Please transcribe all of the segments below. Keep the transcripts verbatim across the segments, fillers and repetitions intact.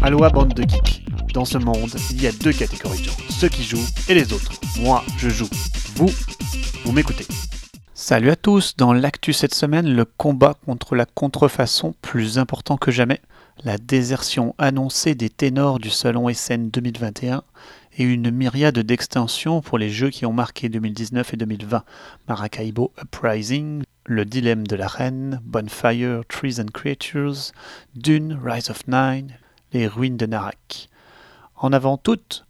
Aloha bande de geeks. Dans ce monde, il y a deux catégories de gens, ceux qui jouent et les autres. Moi, je joue. Vous, vous m'écoutez. Salut à tous, dans l'actu cette semaine, le combat contre la contrefaçon plus important que jamais, la désertion annoncée des ténors du salon Essen deux mille vingt et un et une myriade d'extensions pour les jeux qui ont marqué deux mille dix-neuf et deux mille vingt. Maracaibo Uprising, Le Dilemme de la Reine, Bonfire, Trees and Creatures, Dune, Rise of Nine, Les Ruines de Narak. En avant toutes,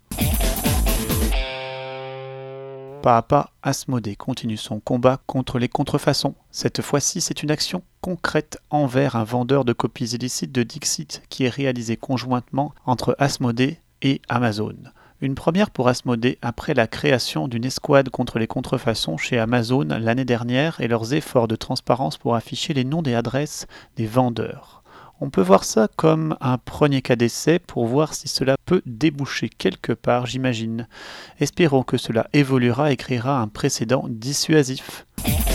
pas à pas, Asmodée continue son combat contre les contrefaçons. Cette fois-ci, c'est une action concrète envers un vendeur de copies illicites de Dixit qui est réalisée conjointement entre Asmodée et Amazon. Une première pour Asmodée après la création d'une escouade contre les contrefaçons chez Amazon l'année dernière et leurs efforts de transparence pour afficher les noms et adresses des vendeurs. On peut voir ça comme un premier cas d'essai pour voir si cela peut déboucher quelque part, j'imagine. Espérons que cela évoluera et créera un précédent dissuasif.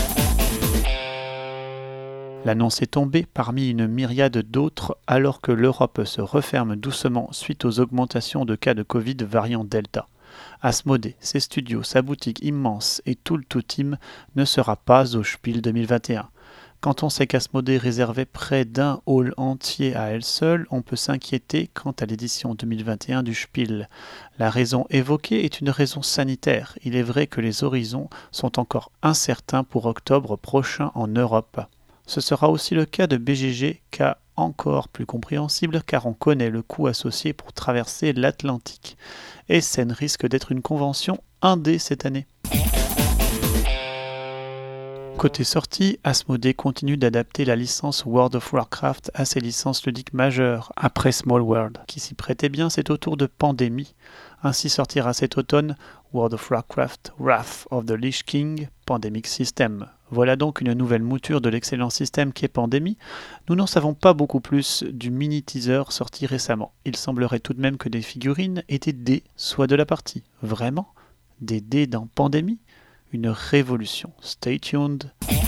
L'annonce est tombée parmi une myriade d'autres alors que l'Europe se referme doucement suite aux augmentations de cas de Covid variant Delta. Asmodée, ses studios, sa boutique immense et tout le tout team ne sera pas au Spiel deux mille vingt et un. Quand on sait qu'Asmodée réservait près d'un hall entier à elle seule, on peut s'inquiéter quant à l'édition deux mille vingt et un du Spiel. La raison évoquée est une raison sanitaire. Il est vrai que les horizons sont encore incertains pour octobre prochain en Europe. Ce sera aussi le cas de B G G, cas encore plus compréhensible car on connaît le coût associé pour traverser l'Atlantique. Essen risque d'être une convention indé cette année. Côté sortie, Asmodée continue d'adapter la licence World of Warcraft à ses licences ludiques majeures, après Small World, qui s'y prêtait bien, c'est au tour de Pandémie. Ainsi sortira cet automne World of Warcraft Wrath of the Lich King Pandemic System. Voilà donc une nouvelle mouture de l'excellent système qu'est Pandémie. Nous n'en savons pas beaucoup plus du mini-teaser sorti récemment. Il semblerait tout de même que des figurines et des dés soient de la partie. Vraiment ? Des dés dans Pandémie ? Une révolution. Stay tuned.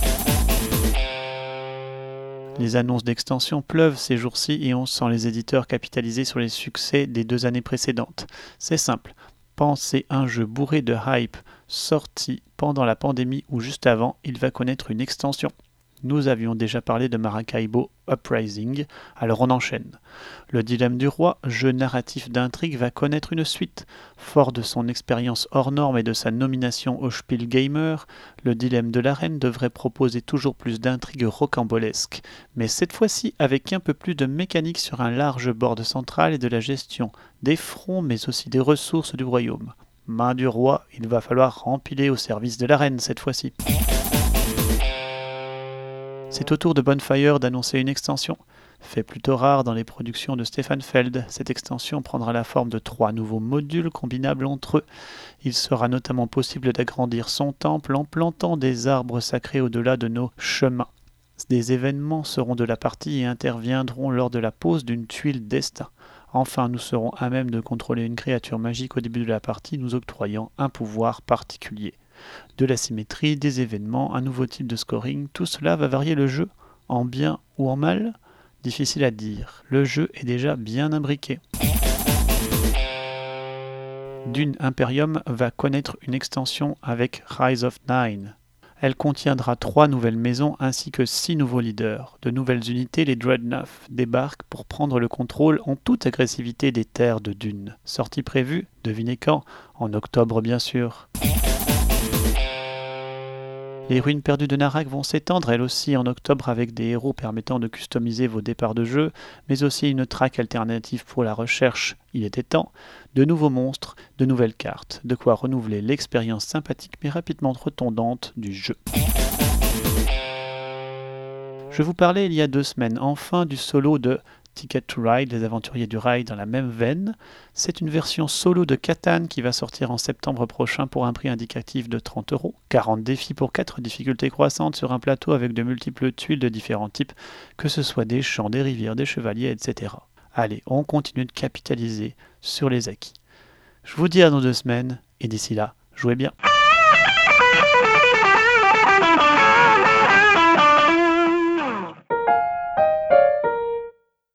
Les annonces d'extension pleuvent ces jours-ci et on sent les éditeurs capitaliser sur les succès des deux années précédentes. C'est simple. Pensez un jeu bourré de hype sorti pendant la pandémie ou juste avant, il va connaître une extension. Nous avions déjà parlé de Maracaibo Uprising, alors on enchaîne. Le Dilemme du Roi, jeu narratif d'intrigue, va connaître une suite. Fort de son expérience hors norme et de sa nomination au Spiel Gamer, le Dilemme de la Reine devrait proposer toujours plus d'intrigues rocambolesques, mais cette fois-ci avec un peu plus de mécanique sur un large board central et de la gestion des fronts mais aussi des ressources du royaume. Main du roi, il va falloir empiler au service de la reine cette fois-ci. C'est au tour de Bonfire d'annoncer une extension. Fait plutôt rare dans les productions de Stefan Feld, cette extension prendra la forme de trois nouveaux modules combinables entre eux. Il sera notamment possible d'agrandir son temple en plantant des arbres sacrés au-delà de nos chemins. Des événements seront de la partie et interviendront lors de la pose d'une tuile destin. Enfin, nous serons à même de contrôler une créature magique au début de la partie, nous octroyant un pouvoir particulier. De la symétrie, des événements, un nouveau type de scoring, tout cela va varier le jeu, en bien ou en mal ? Difficile à dire, le jeu est déjà bien imbriqué. Dune Imperium va connaître une extension avec Rise of Nine. Elle contiendra trois nouvelles maisons ainsi que six nouveaux leaders. De nouvelles unités, les Dreadnoughts, débarquent pour prendre le contrôle en toute agressivité des terres de Dune. Sortie prévue, devinez quand ? En octobre bien sûr. Les ruines perdues de Narak vont s'étendre elles aussi en octobre avec des héros permettant de customiser vos départs de jeu, mais aussi une track alternative pour la recherche, il était temps, de nouveaux monstres, de nouvelles cartes, de quoi renouveler l'expérience sympathique mais rapidement redondante du jeu. Je vous parlais il y a deux semaines enfin du solo de Ticket to Ride, les aventuriers du rail dans la même veine. C'est une version solo de Catan qui va sortir en septembre prochain pour un prix indicatif de trente euros. quarante défis pour quatre difficultés croissantes sur un plateau avec de multiples tuiles de différents types, que ce soit des champs, des rivières, des chevaliers, et cetera. Allez, on continue de capitaliser sur les acquis. Je vous dis à dans deux semaines, et d'ici là, jouez bien.